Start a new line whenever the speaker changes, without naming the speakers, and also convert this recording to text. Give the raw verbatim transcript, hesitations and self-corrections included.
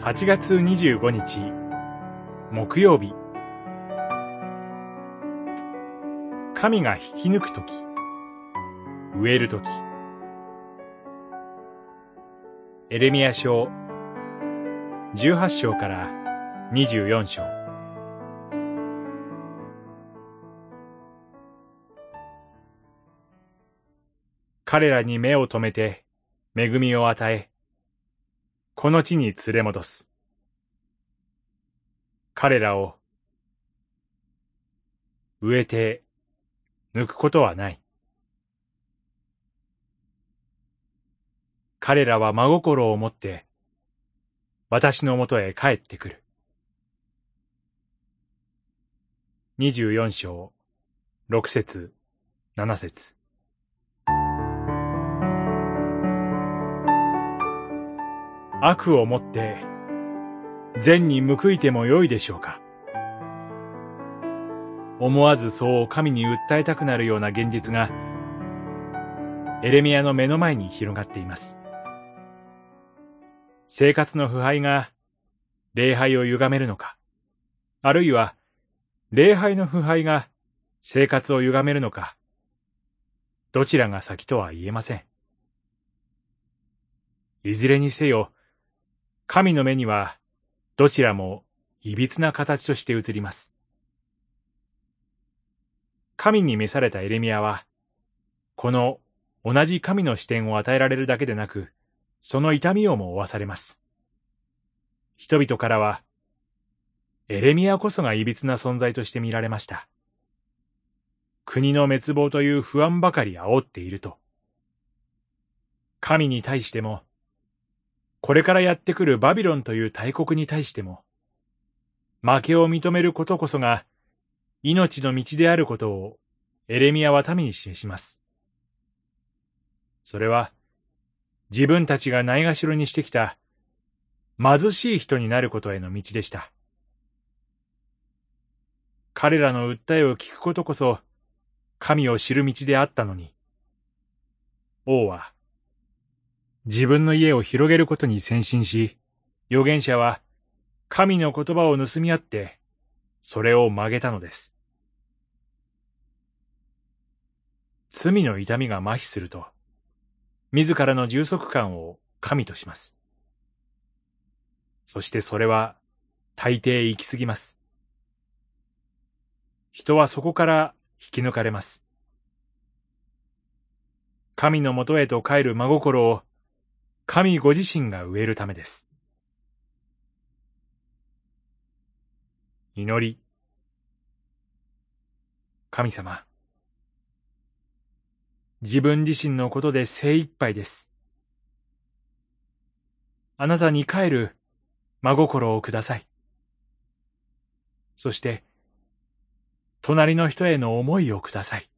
はちがつにじゅうごにち木曜日。神が引き抜くとき、植えるとき。エレミヤ書じゅうはちしょうからにじゅうよんしょう。彼らに目を留めて恵みを与え、この地に連れ戻す。彼らを植えて抜くことはない。彼らは真心を持って私のもとへ帰ってくる。にじゅうよんしょうろくせつななせつ。悪をもって善に報いてもよいでしょうか。思わずそう神に訴えたくなるような現実がエレミヤの目の前に広がっています。生活の腐敗が礼拝を歪めるのか、あるいは礼拝の腐敗が生活を歪めるのか、どちらが先とは言えません。いずれにせよ、神の目にはどちらもいびつな形として映ります。神に召されたエレミヤは、この同じ神の視点を与えられるだけでなく、その痛みをも負わされます。人々からは、エレミヤこそがいびつな存在として見られました。国の滅亡という不安ばかり煽っていると。神に対しても、これからやってくるバビロンという大国に対しても、負けを認めることこそが命の道であることをエレミヤは民に示します。それは自分たちがないがしろにしてきた貧しい人になることへの道でした。彼らの訴えを聞くことこそ神を知る道であったのに、王は自分の家を広げることに専心し、預言者は神の言葉を盗み合って、それを曲げたのです。罪の痛みが麻痺すると、自らの充足感を神とします。そしてそれは大抵行き過ぎます。人はそこから引き抜かれます。神のもとへと帰る真心を神ご自身が植えるためです。祈り。神様、自分自身のことで精一杯です。あなたに帰る真心をください。そして、隣の人への思いをください。